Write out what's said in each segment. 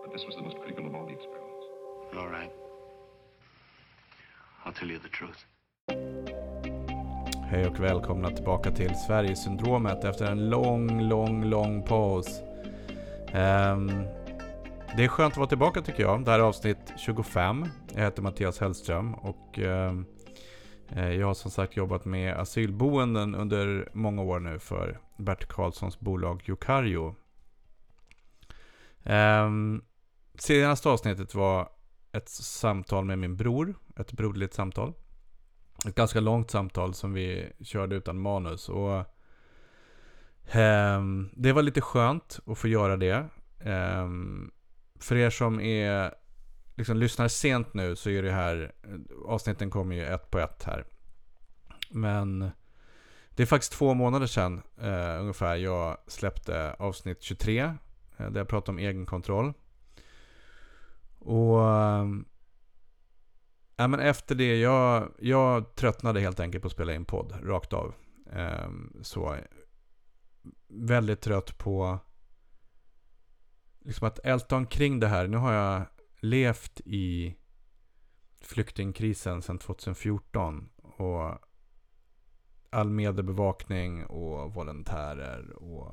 But this was the most critical of all the experiments. All right. I'll tell you the truth. Hej och välkomna tillbaka till Sverigesyndromet efter en lång paus. Det är skönt att vara tillbaka tycker jag. Det här är avsnitt 25. Jag heter Mattias Hellström och jag har som sagt jobbat med asylboenden under många år nu för Bert Karlssons bolag Jokario. Senaste avsnittet var ett samtal med min bror, ett broderligt samtal. Ett ganska långt samtal som vi körde utan manus och det var lite skönt att få göra det. För er som är liksom lyssnar sent nu så är det här avsnitten kommer ju ett på ett här. Men det är faktiskt 2 månader sedan ungefär jag släppte avsnitt 23 där jag pratade om egenkontroll. Och ja, men efter det jag tröttnade helt enkelt på att spela in podd rakt av. Så väldigt trött på liksom att älta omkring det här. Nu har jag levt i flyktingkrisen sedan 2014 och all mediebevakning och volontärer och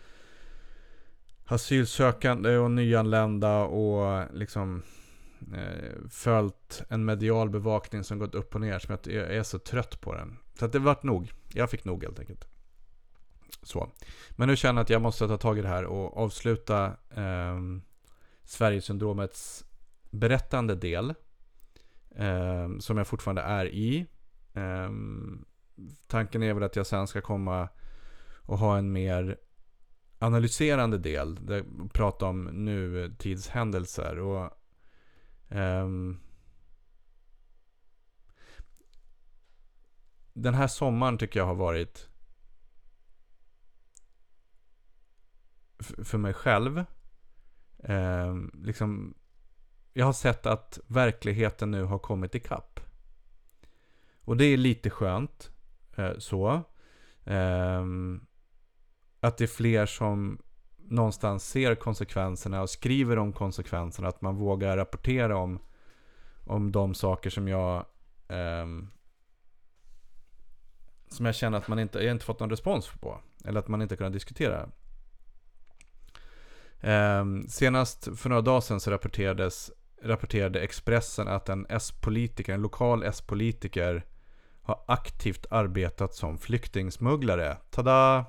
asylsökande och nyanlända och liksom följt en medial bevakning som gått upp och ner som jag är så trött på den. Så att det vart nog. Jag fick nog helt enkelt. Så. Men nu känner jag att jag måste ta tag i det här och avsluta Sverigesyndromets berättande del som jag fortfarande är i. Tanken är väl att jag sen ska komma och ha en mer analyserande del där jag pratar om nutidshändelser och den här sommaren tycker jag har varit för mig själv liksom jag har sett att verkligheten nu har kommit ikapp. Och det är lite skönt så att det är fler som någonstans ser konsekvenserna och skriver om konsekvenserna, att man vågar rapportera om de saker som jag känner att jag inte fått någon respons på eller att man inte kunnat diskutera. Senast för några dagar sedan så rapporterade Expressen att en lokal S-politiker har aktivt arbetat som flyktingsmugglare. Tada!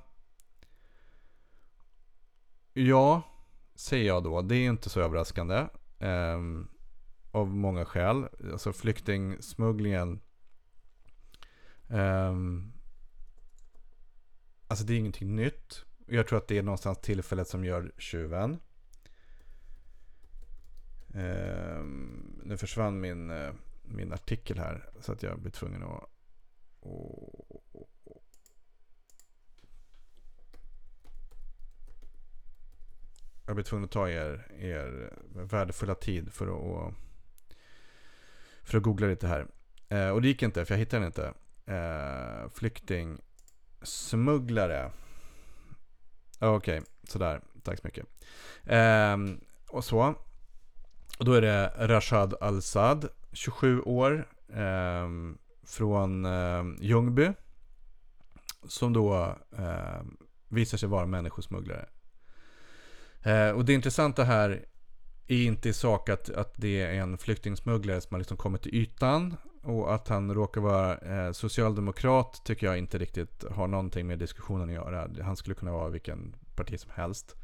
Ja, säger jag då. Det är inte så överraskande. Av många skäl. Alltså flyktingsmugglingen. Alltså det är ingenting nytt. Jag tror att det är någonstans tillfället som gör tjuven. Nu försvann min artikel här. Så att jag blir tvungen att jag blir tvungen att ta er värdefulla tid för att googla lite här. Och det gick inte för jag hittade den inte. Flyktingsmugglare. Okej, sådär. Tack så mycket. Och så. Och då är det Rashad Al-Sad, 27 år, från Ljungby, som då visar sig vara människosmugglare. Och det intressanta här är inte i sak att det är en flyktingsmugglare som har liksom kommit till ytan, och att han råkar vara socialdemokrat tycker jag inte riktigt har någonting med diskussionen att göra. Han skulle kunna vara vilken parti som helst.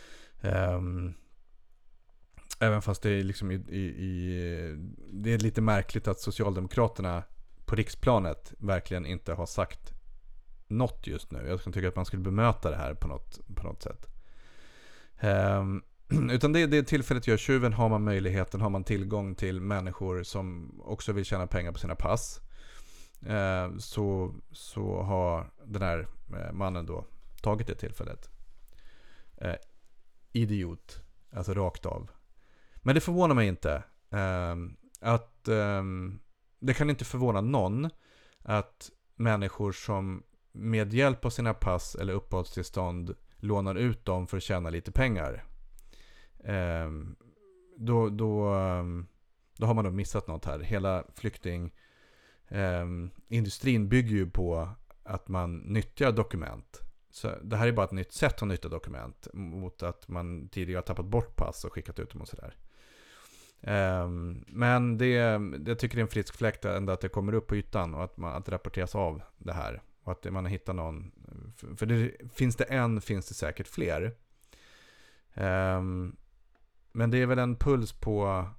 Även fast det är liksom det är lite märkligt att Socialdemokraterna på riksplanet verkligen inte har sagt något just nu. Jag skulle tycka att man skulle bemöta det här på något sätt. Utan det tillfället gör tjuven, har man möjligheten, har man tillgång till människor som också vill tjäna pengar på sina pass, så har den här mannen då tagit det tillfället. Idiot, alltså rakt av. Men det förvånar mig inte att det kan inte förvåna någon att människor som med hjälp av sina pass eller uppehållstillstånd lånar ut dem för att tjäna lite pengar. då har man då missat något här. Hela industrin bygger ju på att man nyttjar dokument. Så det här är bara ett nytt sätt att nyttja dokument mot att man tidigare har tappat bort pass och skickat ut dem och sådär. Men jag tycker det är en frisk fläkt ändå att det kommer upp på ytan och att det rapporteras av det här. Och att man hittar någon. För finns det säkert fler. Men det är väl en puls på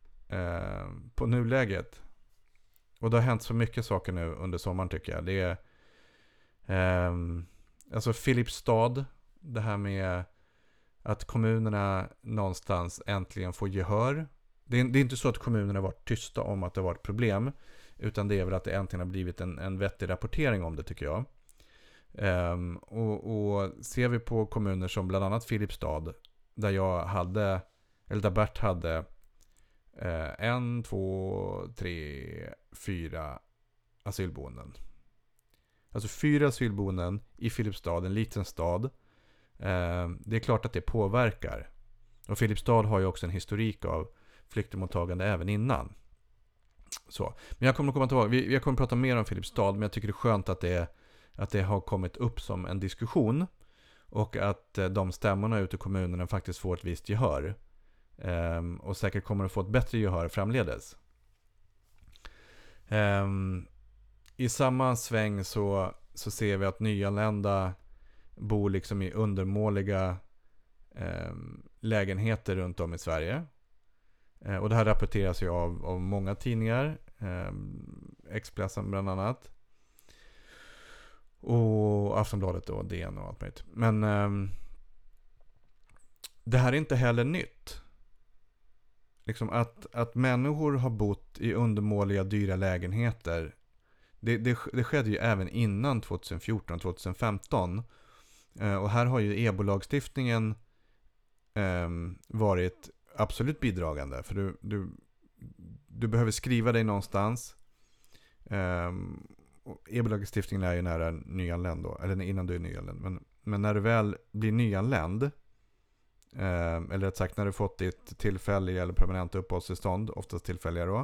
nuläget. Och det har hänt så mycket saker nu under sommaren tycker jag. Det är alltså Filipstad. Det här med att kommunerna någonstans äntligen får gehör. Det är inte så att kommunerna har varit tysta om att det har varit problem. Utan det är väl att det äntligen har blivit en vettig rapportering om det tycker jag. Och ser vi på kommuner som bland annat Filipstad. Där Bert hade 1, 2, 3, 4 asylboenden. Alltså 4 asylboenden i Filipstad, en liten stad. Det är klart att det påverkar. Och Filipstad har ju också en historik av flyktingmottagande även innan. Så. Men jag kommer att komma tillbaka. Jag kommer att prata mer om Filipstad, men jag tycker det är skönt att det har kommit upp som en diskussion. Och att de stämmorna ute i kommunerna faktiskt får ett visst gehör. Och säkert kommer att få ett bättre gehör framledes. I samma sväng så ser vi att nyanlända bor liksom i undermåliga lägenheter runt om i Sverige. Och det här rapporteras ju av många tidningar. Expressen bland annat. Och Aftonbladet och DN och allt möjligt. Men det här är inte heller nytt. Liksom att människor har bott i undermåliga dyra lägenheter. Det skedde ju även innan 2014-2015. Och här har ju EBO-lagstiftningen varit absolut bidragande. För du behöver skriva dig någonstans. EBO-lagstiftningen är ju nära nyanländ då. Eller innan du är nyanländ. Men när du väl blir nyanländ. Eller rätt sagt när du fått ditt tillfälliga eller permanenta uppehållstillstånd. Oftast tillfälliga då.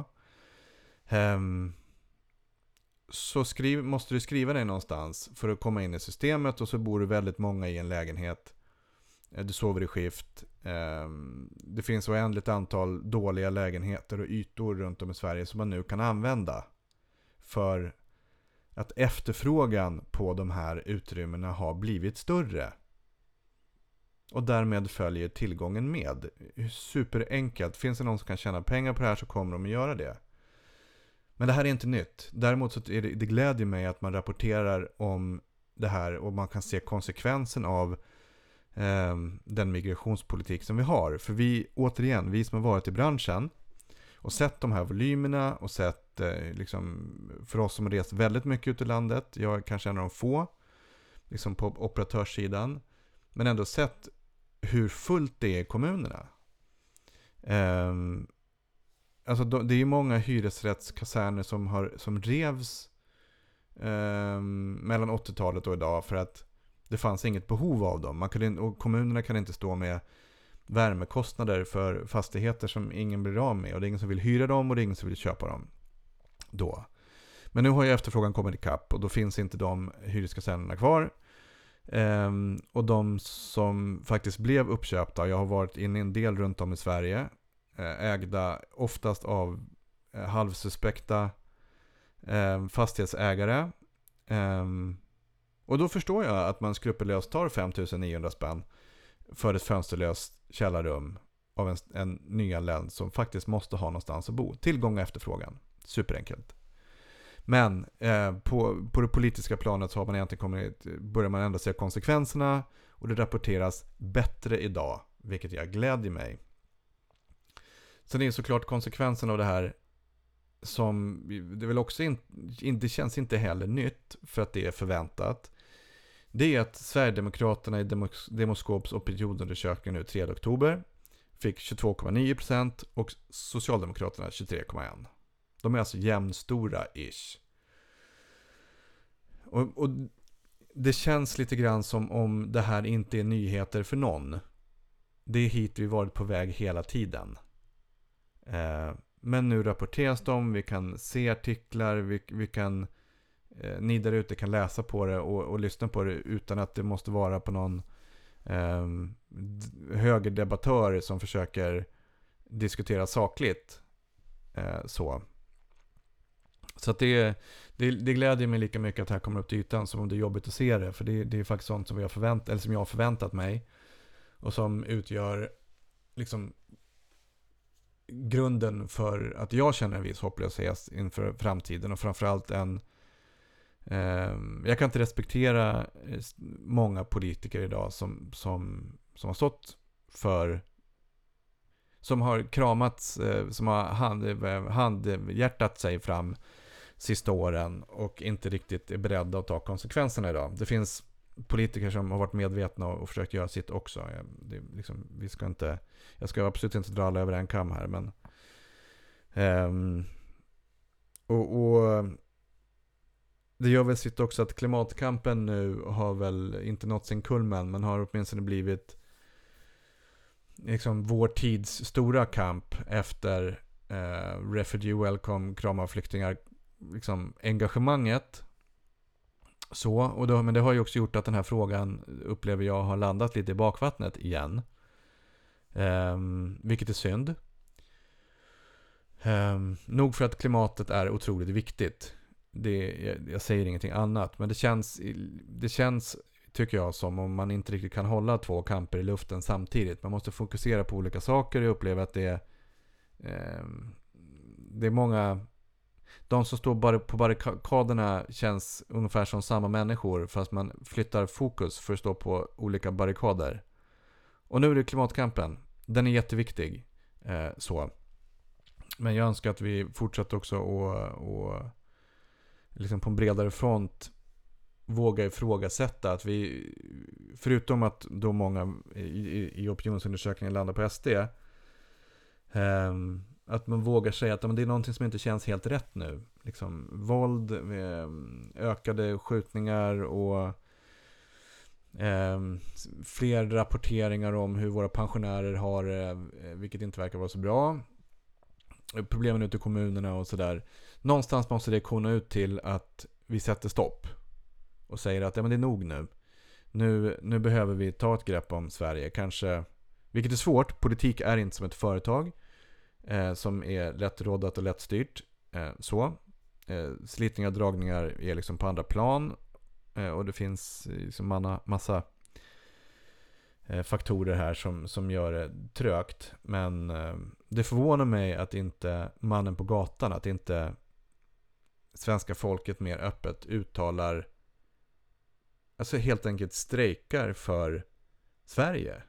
Så måste du skriva dig någonstans för att komma in i systemet. Och så bor du väldigt många i en lägenhet. Du sover i skift. Det finns oändligt antal dåliga lägenheter och ytor runt om i Sverige som man nu kan använda. För att efterfrågan på de här utrymmena har blivit större. Och därmed följer tillgången med. Superenkelt. Finns det någon som kan tjäna pengar på det här så kommer de att göra det. Men det här är inte nytt. Däremot så är det glädjer mig att man rapporterar om det här och man kan se konsekvensen av den migrationspolitik som vi har. För vi som har varit i branschen och sett de här volymerna och sett liksom, för oss som har rest väldigt mycket ut i landet, jag är kanske en av de få liksom på operatörssidan, men ändå sett hur fullt det är i kommunerna. Alltså det är ju många hyresrättskaserner som revs mellan 80-talet och idag för att det fanns inget behov av dem. Och kommunerna kan inte stå med värmekostnader för fastigheter som ingen blir av med. Och det är ingen som vill hyra dem och det är ingen som vill köpa dem då. Men nu har ju efterfrågan kommit ikapp och då finns inte de hyreskasernerna kvar. Och de som faktiskt blev uppköpta, jag har varit inne i en del runt om i Sverige, ägda oftast av halvsuspekta fastighetsägare. Och då förstår jag att man skrupellöst tar 5 900 spänn för ett fönsterlöst källarrum av en nyanländ som faktiskt måste ha någonstans att bo. Tillgång och efterfrågan. Superenkelt. Men på det politiska planet så har man egentligen börjar man ändå se konsekvenserna och det rapporteras bättre idag, vilket jag glädjer mig. Sen är såklart konsekvensen av det här som det väl också inte känns inte heller nytt för att det är förväntat. Det är att Sverigedemokraterna i Demoskops opinionsundersökning nu 3 oktober fick 22,9% och Socialdemokraterna 23,1%. De är alltså jämnstora-ish. Och det känns lite grann som om det här inte är nyheter för någon. Det är hit vi varit på väg hela tiden. Men nu rapporteras de, vi kan se artiklar, vi kan ni där ute kan läsa på det och lyssna på det utan att det måste vara på någon högerdebattör som försöker diskutera sakligt. Så att det glädjer mig lika mycket att det här kommer upp till ytan som om det är jobbigt att se det. För det är faktiskt sånt som som jag har förväntat mig. Och som utgör liksom grunden för att jag känner en viss hopplöshet inför framtiden. Och framförallt jag kan inte respektera många politiker idag som har stått för, som har kramats, som har handhjärtat sig fram sista åren och inte riktigt är beredda att ta konsekvenserna idag. Det finns politiker som har varit medvetna och försökt göra sitt också. Jag ska absolut inte dra alla över en kam här, men det gör väl sitt också att klimatkampen nu har väl inte nått sin kulmen, men har åtminstone blivit liksom vår tids stora kamp efter Refugee Welcome, krama flyktingar, liksom engagemanget. Men det har ju också gjort att den här frågan, upplever jag, har landat lite i bakvattnet igen. Vilket är synd. Nog för att klimatet är otroligt viktigt. Jag säger ingenting annat. Men det känns, tycker jag, som om man inte riktigt kan hålla två kamper i luften samtidigt. Man måste fokusera på olika saker. Jag upplever att det är många... De som står på barrikaderna känns ungefär som samma människor, fast man flyttar fokus för att stå på olika barrikader. Och nu är det klimatkampen. Den är jätteviktig. Men jag önskar att vi fortsätter också och liksom på en bredare front våga ifrågasätta att vi, förutom att då många i opinionsundersökningen landar på SD, att man vågar säga att det är någonting som inte känns helt rätt nu. Liksom våld, ökade skjutningar och fler rapporteringar om hur våra pensionärer har det, vilket inte verkar vara så bra. Problemen ute i kommunerna och sådär. Någonstans måste det kona ut till att vi sätter stopp och säger att men det är nog nu. Nu behöver vi ta ett grepp om Sverige. Kanske, vilket är svårt. Politik är inte som ett företag som är lättrådat och lättstyrt. Slitningar och dragningar är liksom på andra plan. Och det finns liksom massa faktorer här som gör det trögt. Men det förvånar mig att inte mannen på gatan, att inte svenska folket mer öppet uttalar, alltså helt enkelt strejkar för Sverige.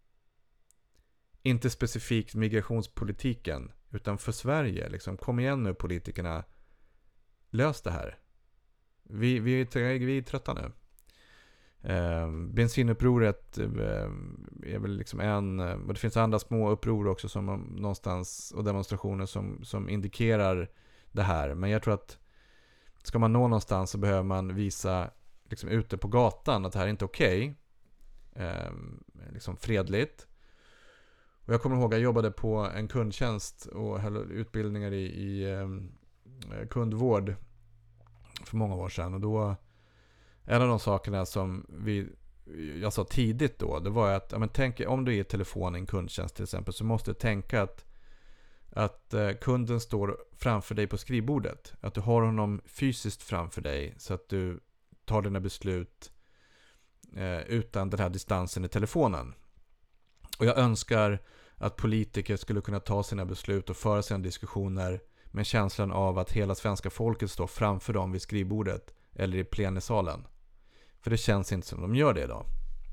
Inte specifikt migrationspolitiken, utan för Sverige. Liksom, kom igen nu politikerna, lös det här. Vi är trötta nu. Bensinupproret är väl liksom och det finns andra små uppror också som någonstans, och demonstrationer som indikerar det här. Men jag tror att ska man nå någonstans så behöver man visa liksom ute på gatan att det här är inte okej. Liksom fredligt. Och jag kommer ihåg att jag jobbade på en kundtjänst och höll utbildningar i kundvård för många år sedan. Och då, en av de sakerna som jag sa tidigt då, det var att tänk, om du är i telefon i en kundtjänst till exempel, så måste du tänka att kunden står framför dig på skrivbordet. Att du har honom fysiskt framför dig så att du tar dina beslut utan den här distansen i telefonen. Och jag önskar att politiker skulle kunna ta sina beslut och föra sina diskussioner med känslan av att hela svenska folket står framför dem vid skrivbordet eller i plenisalen. För det känns inte som de gör det idag.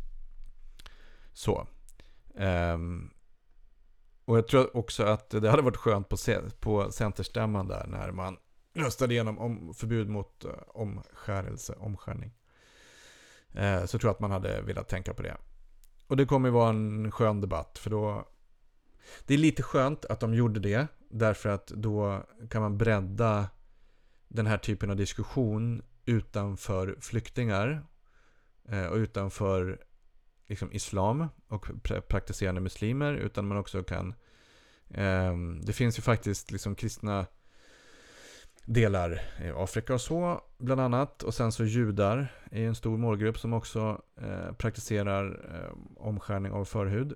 Så. Och jag tror också att det hade varit skönt på centerstämman där när man röstade igenom förbud mot omskärning. Så tror jag att man hade velat tänka på det. Och det kommer ju vara en skön debatt, för då... Det är lite skönt att de gjorde det, därför att då kan man bredda den här typen av diskussion utanför flyktingar och utanför liksom islam och praktiserande muslimer, utan man också kan Det finns ju faktiskt liksom kristna delar i Afrika och så, bland annat. Och sen så judar är en stor målgrupp som också praktiserar omskärning av förhud.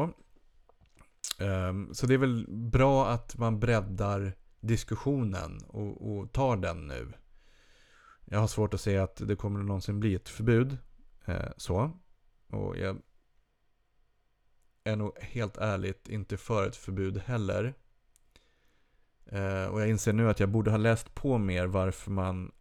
Så det är väl bra att man breddar diskussionen och tar den nu. Jag har svårt att se att det kommer någonsin bli ett förbud. Och jag är nog helt ärligt inte för ett förbud heller. Och jag inser nu att jag borde ha läst på mer varför man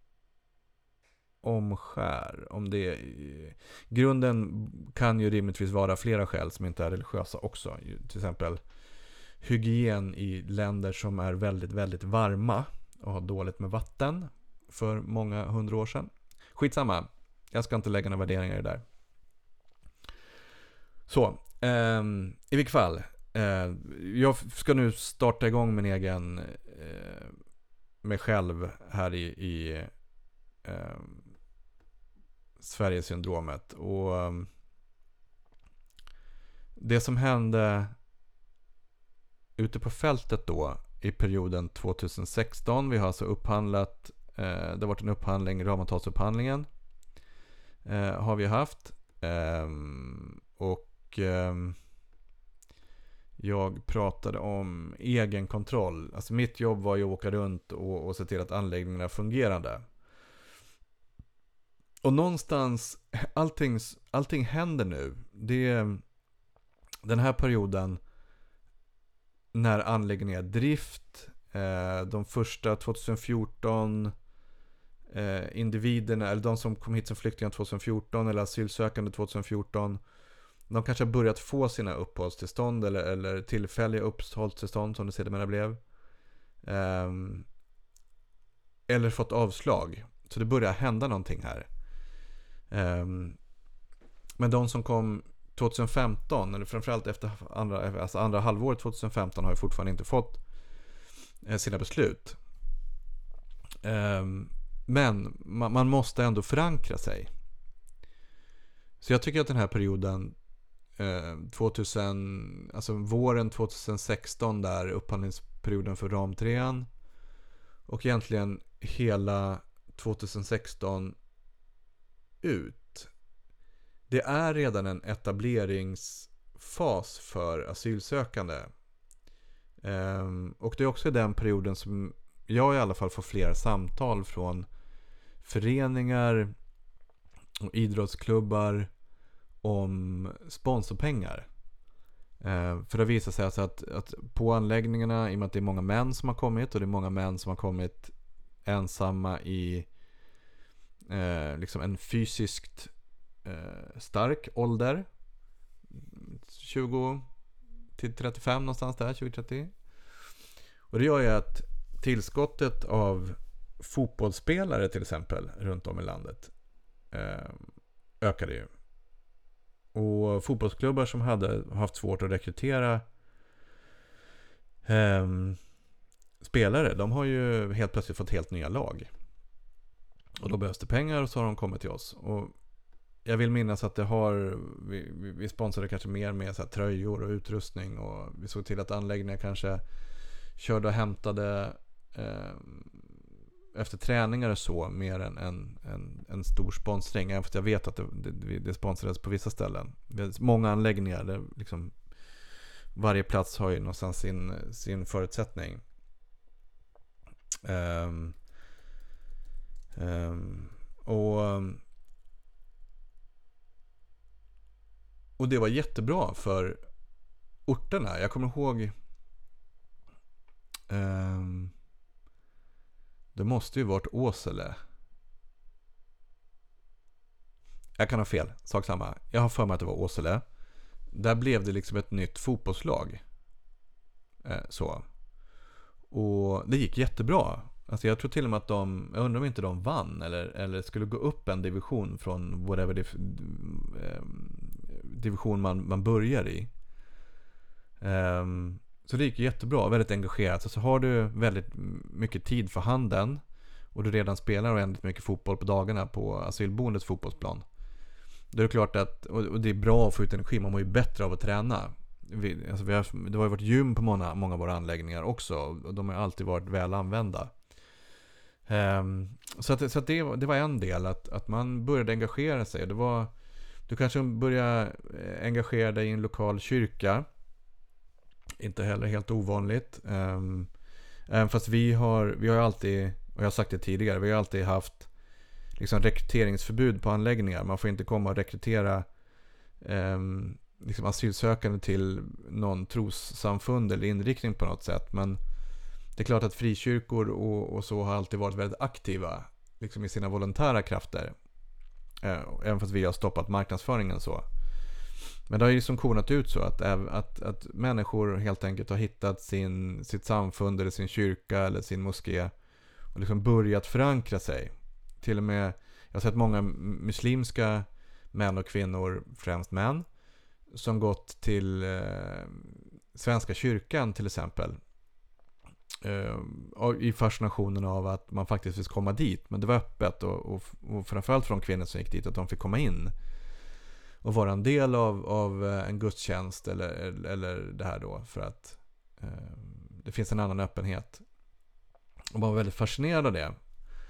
omskär. Om det grunden kan ju rimligtvis vara flera skäl som inte är religiösa också. Till exempel hygien i länder som är väldigt, väldigt varma och har dåligt med vatten för många 100 år sedan. Skitsamma. Jag ska inte lägga några värderingar i det där. Så, i vilket fall. Jag ska nu starta igång min egen mig själv här i Sverigesyndromet. Och det som hände ute på fältet då i perioden 2016, vi har alltså upphandlat, det har varit en upphandling, ramavtalsupphandlingen har vi haft, och jag pratade om egen kontroll. Alltså mitt jobb var ju att åka runt och se till att anläggningarna fungerade. Och någonstans, allting händer nu. Det är den här perioden när anläggningar är drift. De första 2014 individerna, eller de som kom hit som flyktingar 2014 eller asylsökande 2014, de kanske har börjat få sina uppehållstillstånd eller tillfälliga uppehållstillstånd som det sedermera blev. Eller fått avslag. Så det börjar hända någonting här. Men de som kom 2015, eller framförallt efter andra halvåret 2015, har ju fortfarande inte fått sina beslut. Men man måste ändå förankra sig. Så jag tycker att den här perioden våren 2016 där, upphandlingsperioden för ramtrean, och egentligen hela 2016 ut, det är redan en etableringsfas för asylsökande. Och det är också den perioden som jag i alla fall får flera samtal från föreningar och idrottsklubbar om sponsorpengar. För det visar sig alltså att på anläggningarna, i och med att det är många män som har kommit, och det är många män som har kommit ensamma i liksom en fysiskt stark ålder, 20 till 35 någonstans där, 20-30. Och det gör ju att tillskottet av fotbollsspelare till exempel runt om i landet ökade ju. Och fotbollsklubbar som hade haft svårt att rekrytera spelare, de har ju helt plötsligt fått helt nya lag. Och då behövs det pengar, och så har de kommit till oss. Och jag vill minnas att vi sponsrade kanske mer med så här tröjor och utrustning, och vi såg till att anläggningar kanske körde och hämtade efter träningar och så, mer än en stor sponsring. Även för jag vet att det sponsrades på vissa ställen. Många anläggningar där liksom varje plats har ju någonstans sin förutsättning. Och det var jättebra för orterna. Jag kommer ihåg det måste ju varit Åsele. Jag kan ha fel, sak samma. Jag har för mig att det var Åsele. Där blev det liksom ett nytt fotbollslag. Så. Och det gick jättebra. Alltså jag tror till och med att jag undrar om inte de vann eller skulle gå upp en division från whatever division man börjar i. Så det gick jättebra, väldigt engagerat. Så har du väldigt mycket tid för handen och du redan spelar väldigt mycket fotboll på dagarna på asylboendets fotbollsplan, då är det klart att, och det är bra att få ut energi, man mår ju bättre av att träna. det har ju varit gym på många av våra anläggningar också. Och de har alltid varit väl använda. Så det var en del. Att man började engagera sig. Du kanske började engagera dig i en lokal kyrka. Inte heller helt ovanligt. Även fast vi har alltid, och jag har sagt det tidigare, vi har alltid haft liksom rekryteringsförbud på anläggningar. Man får inte komma och rekrytera liksom asylsökande till någon trossamfund eller inriktning på något sätt. Men det är klart att frikyrkor och så har alltid varit väldigt aktiva liksom i sina volontära krafter. Även fast vi har stoppat marknadsföringen så. Men det har ju liksom konat ut så att människor helt enkelt har hittat sitt samfund eller sin kyrka eller sin moské och liksom börjat förankra sig. Till och med, jag har sett många muslimska män och kvinnor, främst män, som gått till Svenska kyrkan till exempel. I fascinationen av att man faktiskt fick komma dit. Men det var öppet och framförallt för de kvinnor som gick dit att de fick komma in och vara en del av en gudstjänst eller det här då, för att det finns en annan öppenhet. Och man var väldigt fascinerad av det.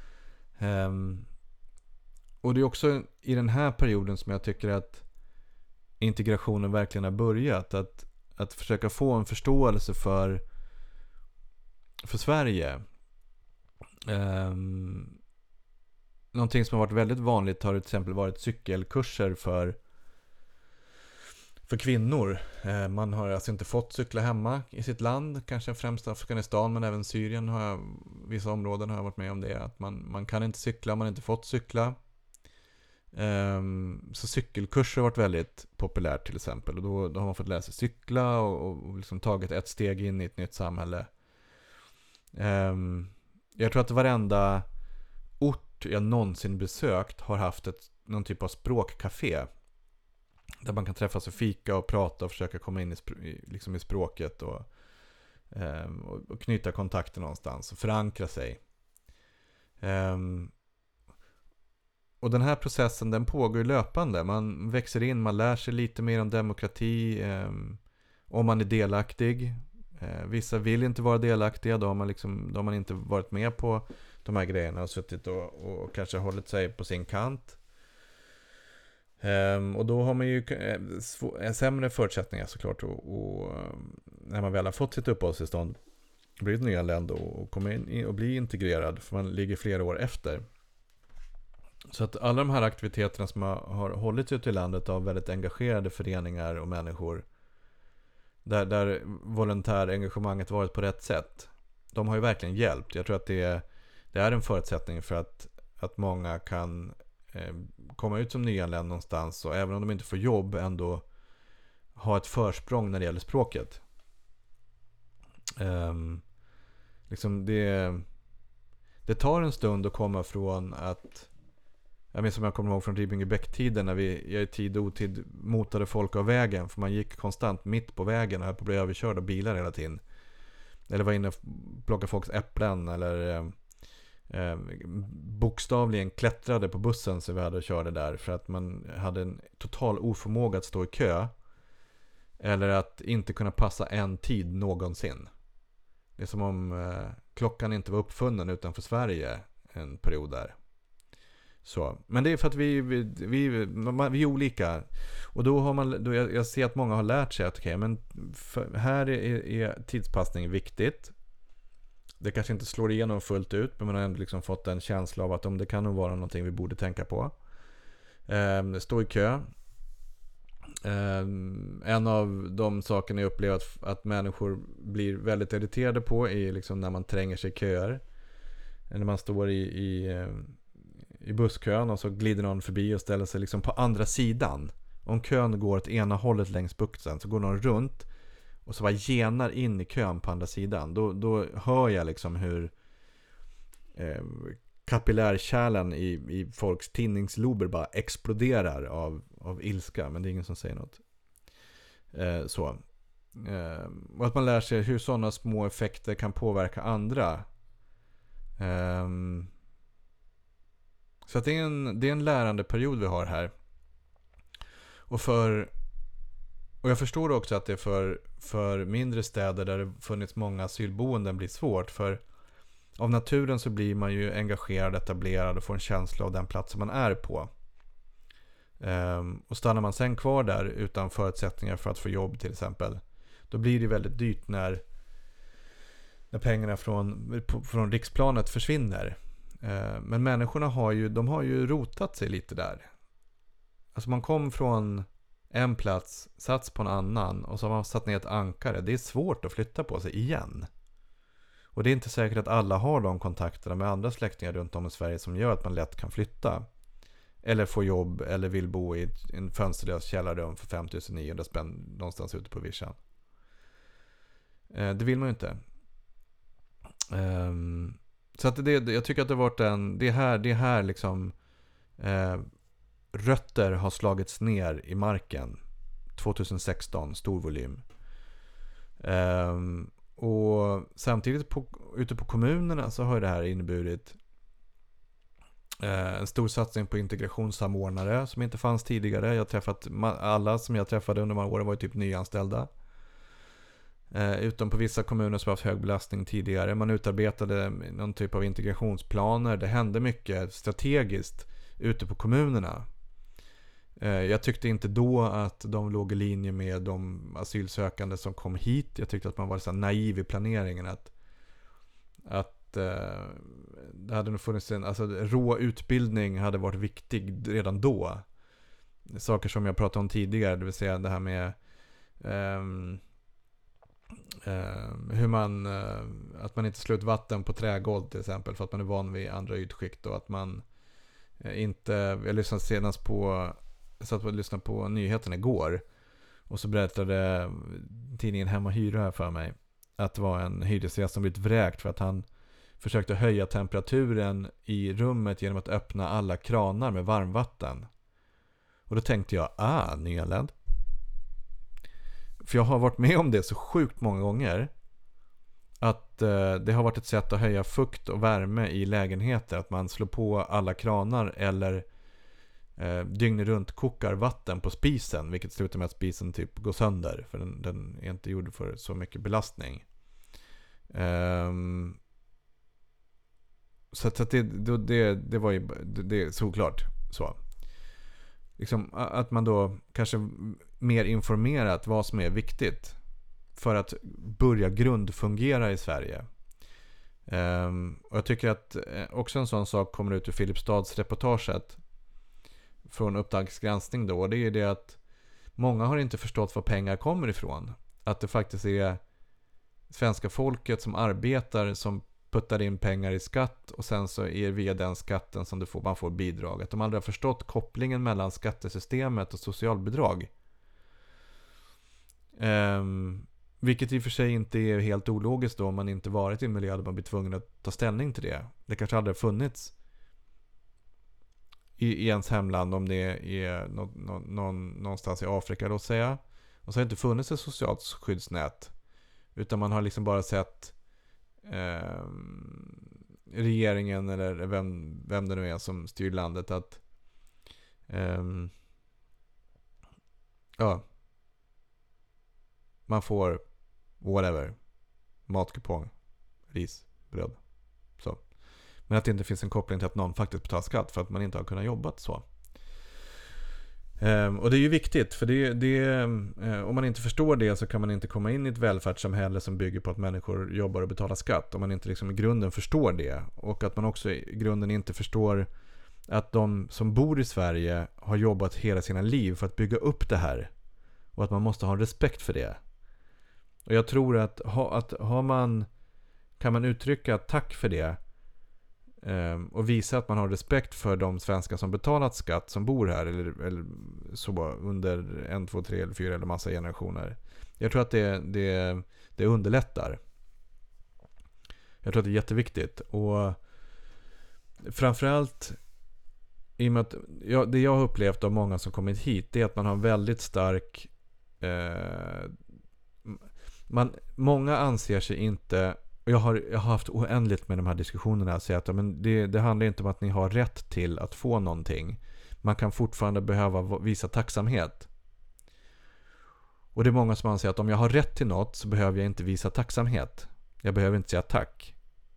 Och det är också i den här perioden som jag tycker att integrationen verkligen har börjat. Att försöka få en förståelse för Sverige. Någonting som har varit väldigt vanligt har till exempel varit cykelkurser för kvinnor. Man har alltså inte fått cykla hemma i sitt land, kanske främst Afghanistan men även Syrien vissa områden har jag varit med om det, att man kan inte cykla, man har inte fått cykla. Så cykelkurser har varit väldigt populärt till exempel, och då har man fått lära sig cykla och liksom tagit ett steg in i ett nytt samhälle. Jag tror att varenda ort jag någonsin besökt har haft någon typ av språkcafé där man kan träffas och fika och prata och försöka komma in i språket och knyta kontakter någonstans och förankra sig. Och den här processen, den pågår ju löpande. Man växer in, man lär sig lite mer om demokrati, om man är delaktig. Vissa vill inte vara delaktiga, då har man inte varit med på de här grejerna och suttit och kanske hållit sig på sin kant. Och då har man ju sämre förutsättningar såklart, och när man väl har fått sitt uppehållstillstånd, blivit nyanländ och kommer in och bli integrerad, för man ligger flera år efter. Så att alla de här aktiviteterna som har hållits ute i landet av väldigt engagerade föreningar och människor, där volontärengagemanget varit på rätt sätt, de har ju verkligen hjälpt. Jag tror att det är en förutsättning för att många kan komma ut som nyanländ någonstans, och även om de inte får jobb ändå ha ett försprång när det gäller språket. Liksom det tar en stund att komma från att, jag minns som jag kommer ihåg från Ribbingebäck-tiden när jag i tid och otid motade folk av vägen, för man gick konstant mitt på vägen och höll på att bli överkörd av bilar hela tiden. Eller var inne och plockade folks äpplen, eller bokstavligen klättrade på bussen så vi hade och körde där, för att man hade en total oförmåga att stå i kö eller att inte kunna passa en tid någonsin. Det är som om klockan inte var uppfunnen utanför Sverige en period där. Så. Men det är för att vi är olika. Och då har jag ser att många har lärt sig att men här är tidspassning viktigt. Det kanske inte slår igenom fullt ut, men man har ändå liksom fått en känsla av att det kan nog vara någonting vi borde tänka på. Stå i kö. En av de sakerna jag upplever att människor blir väldigt irriterade på är liksom när man tränger sig i köer. När man står i busskön och så glider någon förbi och ställer sig liksom på andra sidan. Om kön går åt ena hållet längs bukten, så går någon runt och så bara genar in i kön på andra sidan. Då hör jag liksom hur kapillärkärlen i folks tinningslober bara exploderar av ilska. Men det är ingen som säger något. Och att man lär sig hur sådana små effekter kan påverka andra. Så att det är en lärande period vi har här. Och för Och jag förstår också att det för mindre städer där det funnits många asylboenden blir svårt. För av naturen så blir man ju engagerad, etablerad och får en känsla av den plats som man är på. Och stannar man sen kvar där utan förutsättningar för att få jobb till exempel, då blir det väldigt dyrt när pengarna från riksplanet försvinner. Men människorna har ju rotat sig lite där. Alltså man kom från en plats, sats på en annan och så har man satt ner ett ankare. Det är svårt att flytta på sig igen. Och det är inte säkert att alla har de kontakterna med andra släktingar runt om i Sverige som gör att man lätt kan flytta. Eller få jobb eller vill bo i en fönsterlös källarrum för 5 900 spänn någonstans ute på vischan. Det vill man ju inte. Så att jag tycker att det har varit det här liksom rötter har slagits ner i marken 2016, stor volym. Och samtidigt ute på kommunerna så har det här inneburit en stor satsning på integrationssamordnare som inte fanns tidigare. Jag har träffat alla som jag träffade under de här åren var ju typ nyanställda. Utom på vissa kommuner som har haft hög belastning tidigare. Man utarbetade någon typ av integrationsplaner. Det hände mycket strategiskt ute på kommunerna. Jag tyckte inte då att de låg i linje med de asylsökande som kom hit. Jag tyckte att man var så naiv i planeringen. Att det hade nog funnits rå utbildning hade varit viktig redan då. Saker som jag pratade om tidigare, det vill säga det här med hur man att man inte slår ut vatten på trägolv till exempel för att man är van vid andra ytskikt, och att man inte, jag lyssnade senast på, jag satt och lyssnade på nyheten igår och så berättade tidningen Hem och Hyra här för mig att det var en hyresgäst som blivit vräkt för att han försökte höja temperaturen i rummet genom att öppna alla kranar med varmvatten. Och då tänkte jag, nyanländ. För jag har varit med om det så sjukt många gånger. Att det har varit ett sätt att höja fukt och värme i lägenheter. Att man slår på alla kranar eller dygnet runt kokar vatten på spisen. Vilket slutar med att spisen typ går sönder. För den är inte gjord för så mycket belastning. Så att det var ju det är såklart så. Liksom att man då kanske mer informerat vad som är viktigt för att börja grundfungera i Sverige. Och jag tycker att också en sån sak kommer ut ur Filipstadsreportaget från Uppdrags granskning då. Och det är det att många har inte förstått var pengar kommer ifrån. Att det faktiskt är svenska folket som arbetar som puttar in pengar i skatt, och sen så är det via den skatten som man får bidrag. Att de aldrig har förstått kopplingen mellan skattesystemet och socialbidrag. Vilket i och för sig inte är helt ologiskt då om man inte varit i en miljö där man blir tvungen att ta ställning till det. Det kanske aldrig har funnits i ens hemland, om det är någonstans i Afrika då säga. Och så har det inte funnits ett socialt skyddsnät, utan man har liksom bara sett regeringen eller vem det nu är som styr landet att man får whatever, matkupong, ris, bröd, så. Men att det inte finns en koppling till att någon faktiskt betalar skatt för att man inte har kunnat jobba så. Och det är ju viktigt, för om man inte förstår det så kan man inte komma in i ett välfärdssamhälle som bygger på att människor jobbar och betalar skatt. Om man inte liksom i grunden förstår det, och att man också i grunden inte förstår att de som bor i Sverige har jobbat hela sina liv för att bygga upp det här, och att man måste ha respekt för det. Och jag tror att kan man uttrycka tack för det och visa att man har respekt för de svenskar som betalat skatt som bor här eller så under 1, 2, 3 eller 4 eller massa generationer. Jag tror att det underlättar. Jag tror att det är jätteviktigt, och framförallt i och med att det jag har upplevt av många som kommit hit, det är att man har en väldigt stark många anser sig inte. Och jag har haft oändligt med de här diskussionerna att säga att men det handlar inte om att ni har rätt till att få någonting. Man kan fortfarande behöva visa tacksamhet. Och det är många som anser att om jag har rätt till något så behöver jag inte visa tacksamhet. Jag behöver inte säga tack.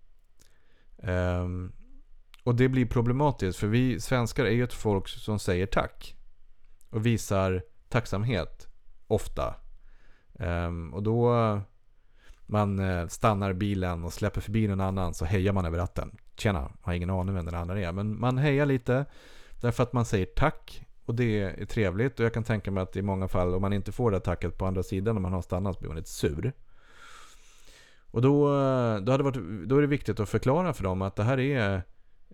Och det blir problematiskt, för vi svenskar är ju ett folk som säger tack och visar tacksamhet ofta. Och då man stannar bilen och släpper förbi någon annan, så hejar man över ratten. Tjena, har ingen aning vem den andra är, men man hejar lite därför att man säger tack, och det är trevligt. Och jag kan tänka mig att i många fall, om man inte får det tacket på andra sidan, om man har stannat, så blir man lite sur. Och då är det viktigt att förklara för dem att det här är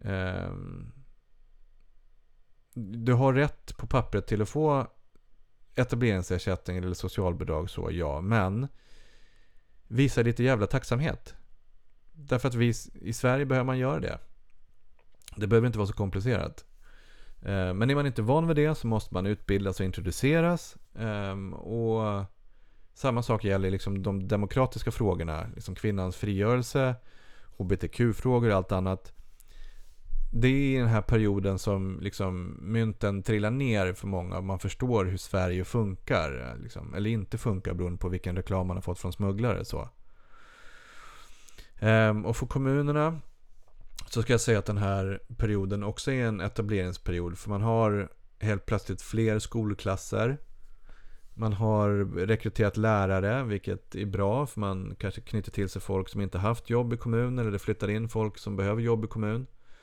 du har rätt på pappret till att få etableringsersättning eller socialbidrag, så ja, men visa lite jävla tacksamhet. Därför att vi i Sverige behöver man göra det. Det behöver inte vara så komplicerat. Men är man inte van vid det så måste man utbildas och introduceras. Och samma sak gäller liksom de demokratiska frågorna, liksom kvinnans frigörelse, hbtq-frågor och allt annat. Det är i den här perioden som liksom mynten trillar ner för många. Man förstår hur Sverige funkar liksom, eller inte funkar, beroende på vilken reklam man har fått från smugglare. Så. Och för kommunerna så ska jag säga att den här perioden också är en etableringsperiod. För man har helt plötsligt fler skolklasser. Man har rekryterat lärare, vilket är bra, för man kanske knyter till sig folk som inte haft jobb i kommunen, eller det flyttar in folk som behöver jobb i kommun.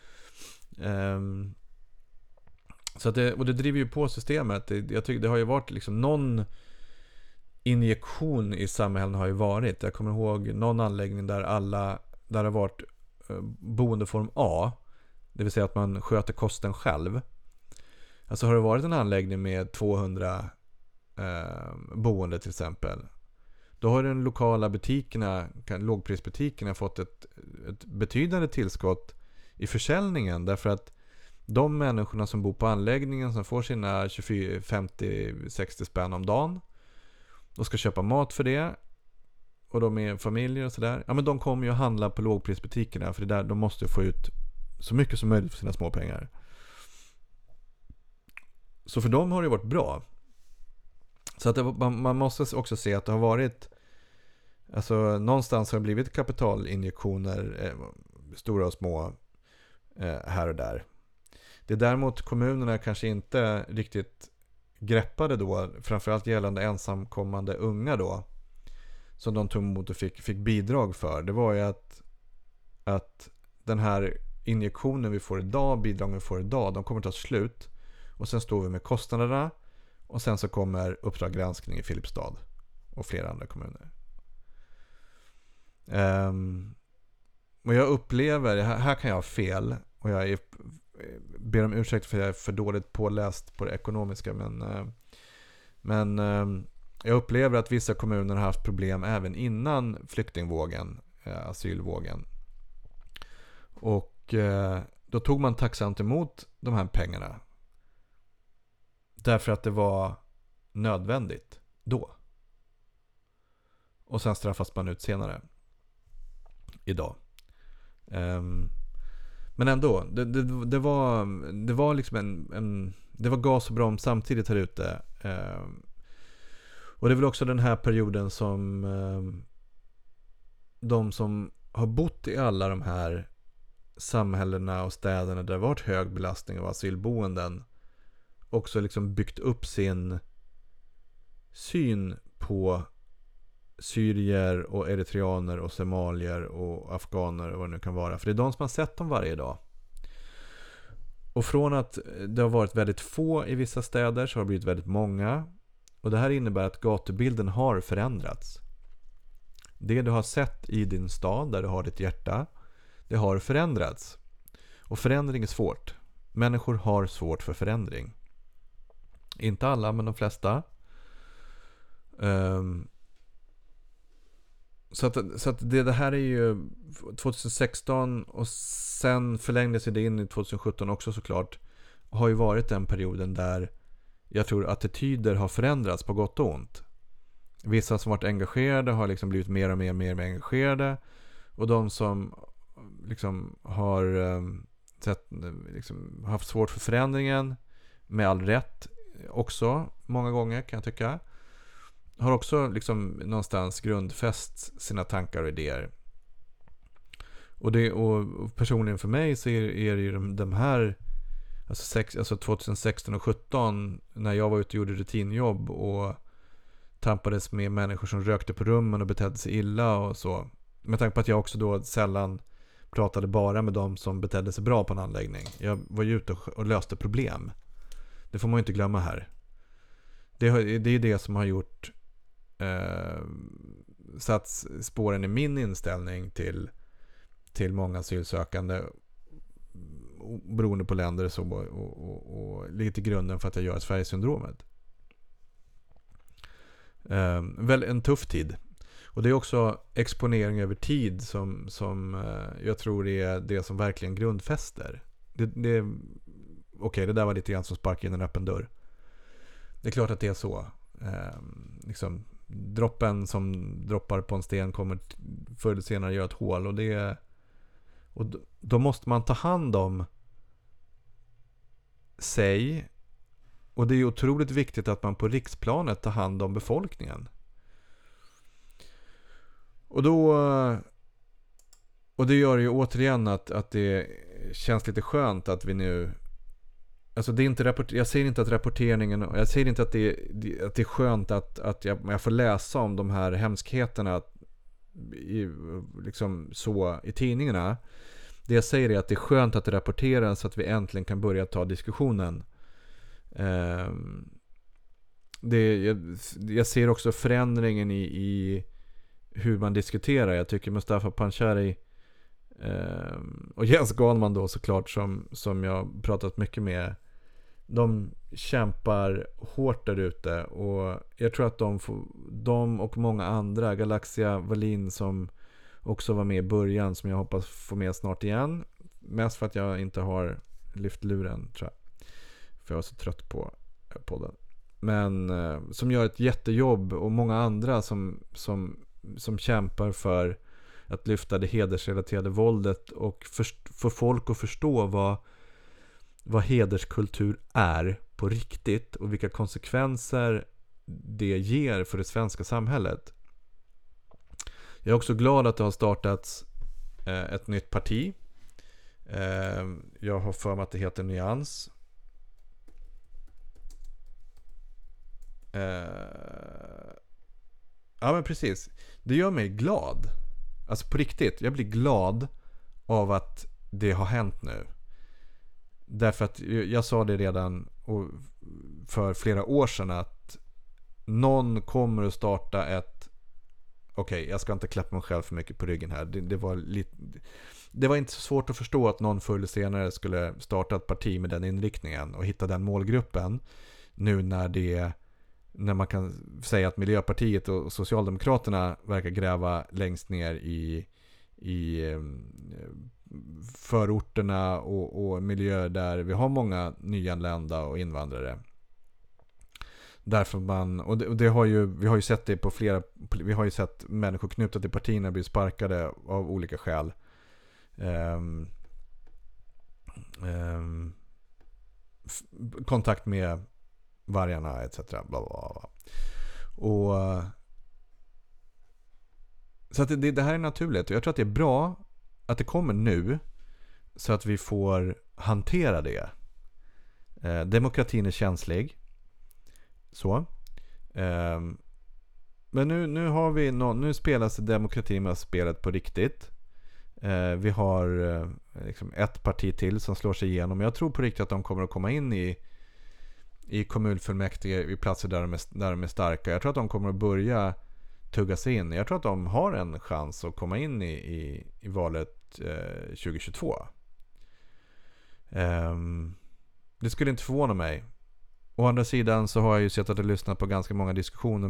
Så att det driver ju på systemet. Jag tycker det har ju varit liksom någon injektion i samhällen har ju varit. Jag kommer ihåg någon anläggning där det har varit boendeform A, det vill säga att man sköter kosten själv. Alltså har det varit en anläggning med 200 boende till exempel, då har den lokala butikerna, lågprisbutikerna, fått ett betydande tillskott i försäljningen, därför att de människorna som bor på anläggningen, som får sina 24, 50, 60 spänn om dagen, de ska köpa mat för det, och de är familjer och sådär, ja, men de kommer ju att handla på lågprisbutikerna, för det där de måste få ut så mycket som möjligt för sina små pengar. Så för dem har det varit bra. Så att man måste också se att det har varit, alltså någonstans har det blivit kapitalinjektioner, stora och små, här och där. Det är däremot kommunerna kanske inte riktigt greppade då, framförallt gällande ensamkommande unga då, som de tog emot och fick bidrag för. Det var ju att den här injektionen vi får idag, bidragen vi får idag, de kommer ta slut, och sen står vi med kostnaderna, och sen så kommer Uppdrag granskning i Filipstad och flera andra kommuner. Och jag upplever, här kan jag ha fel, och jag ber om ursäkt för att jag är för dåligt påläst på det ekonomiska, men jag upplever att vissa kommuner har haft problem även innan flyktingvågen, asylvågen. Och då tog man tacksamt emot de här pengarna, därför att det var nödvändigt då. Och sen straffas man ut senare. Idag. Men ändå, det var liksom det var gas och broms samtidigt här ute. Och det är väl också den här perioden som de som har bott i alla de här samhällena och städerna där det varit hög belastning av asylboenden, också liksom byggt upp sin syn på syrier och eritreaner och somalier och afghaner och vad det nu kan vara. För det är de som har sett dem varje dag. Och från att det har varit väldigt få i vissa städer så har det blivit väldigt många. Och det här innebär att gatubilden har förändrats. Det du har sett i din stad där du har ditt hjärta, det har förändrats. Och förändring är svårt. Människor har svårt för förändring. Inte alla, men de flesta. Så att det här är ju 2016, och sen förlängdes det in i 2017 också såklart. Har ju varit den perioden där jag tror attityder har förändrats på gott och ont. Vissa som varit engagerade har liksom blivit mer och mer engagerade, och de som liksom har liksom haft svårt för förändringen, med all rätt också många gånger kan jag tycka, har också liksom någonstans grundfäst sina tankar och idéer. Och personligen för mig så är det ju de här alltså 2016 och 2017 när jag var ute och gjorde rutinjobb och tampades med människor som rökte på rummen och betedde sig illa och så. Med tanke på att jag också då sällan pratade bara med dem som betedde sig bra på en anläggning. Jag var ju ute och löste problem. Det får man ju inte glömma här. Det är det som har gjort satt spåren i min inställning till många asylsökande beroende på länder och så, och ligger till grunden för att jag gör Sverigesyndromet. Väl en tuff tid. Och det är också exponering över tid som jag tror är det som verkligen grundfäster. Okej, det där var lite grann som sparka in en öppen dörr. Det är klart att det är så. Liksom, droppen som droppar på en sten kommer förr eller senare göra ett hål. Och då måste man ta hand om sig. Och det är otroligt viktigt att man på riksplanet tar hand om befolkningen. Och det gör ju återigen att det känns lite skönt att vi nu, alltså det är inte jag säger inte att rapporteringen, jag säger inte att det är skönt att jag får läsa om de här hemskheterna liksom så i tidningarna. Det jag säger är att det är skönt att det rapporteras så att vi äntligen kan börja ta diskussionen. Jag ser också förändringen i hur man diskuterar. Jag tycker Mustafa Panshari och Jens Ganman då såklart som jag pratat mycket med, de kämpar hårt där ute, och jag tror att de och många andra, Galaxia Wallin som också var med i början, som jag hoppas få med snart igen, mest för att jag inte har lyft luren, tror jag, för jag är så trött på podden, men som gör ett jättejobb, och många andra som kämpar för att lyfta det hedersrelaterade våldet och få folk att förstå vad hederskultur är på riktigt och vilka konsekvenser det ger för det svenska samhället. Jag är också glad att det har startats ett nytt parti. Jag har för mig att det heter Nyans. Ja, men precis. Det gör mig glad. Alltså på riktigt, jag blir glad av att det har hänt nu. Därför att jag sa det redan för flera år sedan att någon kommer att starta ett... Okej, jag ska inte klappa mig själv för mycket på ryggen här. Det var inte så svårt att förstå att någon förr eller senare skulle starta ett parti med den inriktningen och hitta den målgruppen. Nu när man kan säga att Miljöpartiet och Socialdemokraterna verkar gräva längst ner i förorterna och miljöer där vi har många nyanlända och invandrare. Därför vi har ju sett det på vi har ju sett människor knutna till partierna bli sparkade av olika skäl. Kontakt med vargarna etc. Bla bla bla. Och så att det här är naturligt, och jag tror att det är bra att det kommer nu så att vi får hantera det. Demokratin är känslig. Så. Men nu har vi nu spelas demokratin med spelet på riktigt. Vi har liksom ett parti till som slår sig igenom. Jag tror på riktigt att de kommer att komma in i kommunfullmäktige i platser där de är starka. Jag tror att de kommer att börja tugga sig in. Jag tror att de har en chans att komma in i valet 2022. Det skulle inte förvåna mig. Å andra sidan så har jag ju sett att jag lyssnat på ganska många diskussioner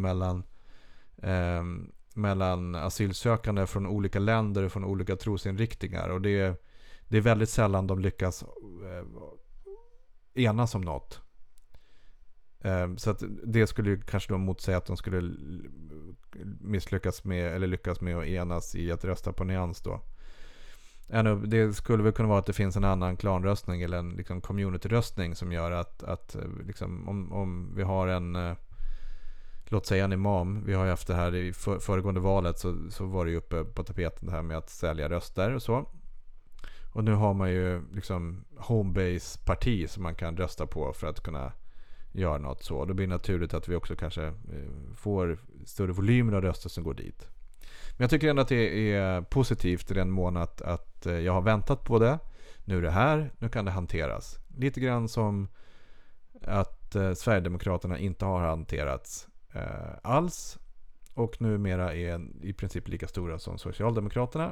mellan asylsökande från olika länder och från olika trosinriktningar, och det är väldigt sällan de lyckas enas om något. Så att det skulle ju kanske då motsäga att de skulle misslyckas med eller lyckas med att enas i att rösta på Nyans då. Det skulle väl kunna vara att det finns en annan klanröstning eller en liksom community-röstning som gör att liksom, om vi har låt säga en imam. Vi har ju haft det här i föregående valet, så var det ju uppe på tapeten det här med att sälja röster och så. Och nu har man ju liksom homebase-parti som man kan rösta på för att kunna göra något så. Och då blir det naturligt att vi också kanske får större volymer av röster som går dit. Men jag tycker ändå att det är positivt i den mån att jag har väntat på det. Nu är det här, nu kan det hanteras. Lite grann som att Sverigedemokraterna inte har hanterats alls. Och numera är i princip lika stora som Socialdemokraterna.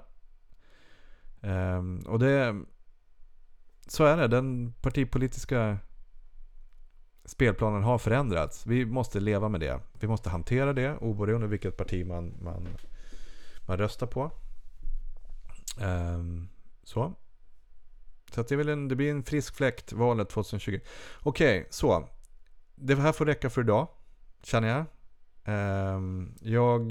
Och så är det. Den partipolitiska spelplanen har förändrats. Vi måste leva med det. Vi måste hantera det oberoende av vilket parti man röstar på. Så att det blir en frisk fläkt valet 2020. Okej, så. Det här får räcka för idag, känner jag. Jag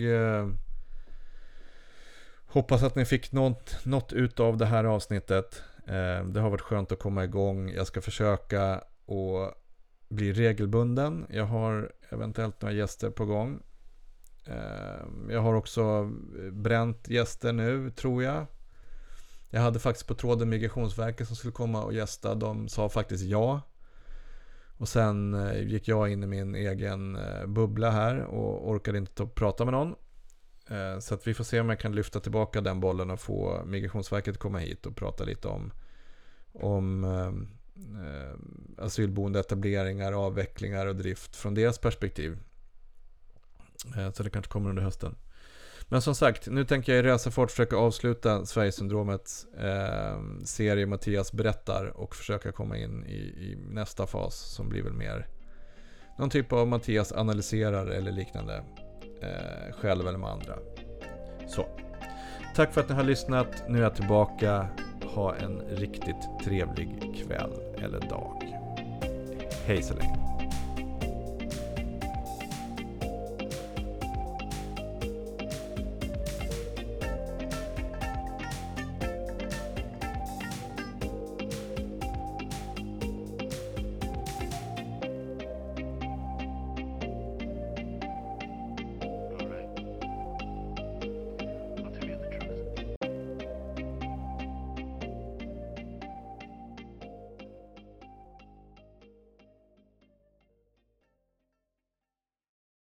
hoppas att ni fick något ut av det här avsnittet. Det har varit skönt att komma igång. Jag ska försöka att bli regelbunden. Jag har eventuellt några gäster på gång. Jag har också bränt gäster nu, tror jag. Jag hade faktiskt på tråden Migrationsverket som skulle komma och gästa. De sa faktiskt ja. Och sen gick jag in i min egen bubbla här och orkade inte prata med någon. Så att vi får se om jag kan lyfta tillbaka den bollen och få Migrationsverket komma hit och prata lite om asylboende, etableringar, avvecklingar och drift från deras perspektiv. Så det kanske kommer under hösten. Men som sagt, nu tänker jag i resefart försöka avsluta Sverigesyndromets serie Mattias berättar och försöka komma in i nästa fas som blir väl mer någon typ av Mattias analyserar eller liknande, själv eller med andra. Så, tack för att ni har lyssnat. Nu är jag tillbaka. Ha en riktigt trevlig kväll eller dag. Hej så länge.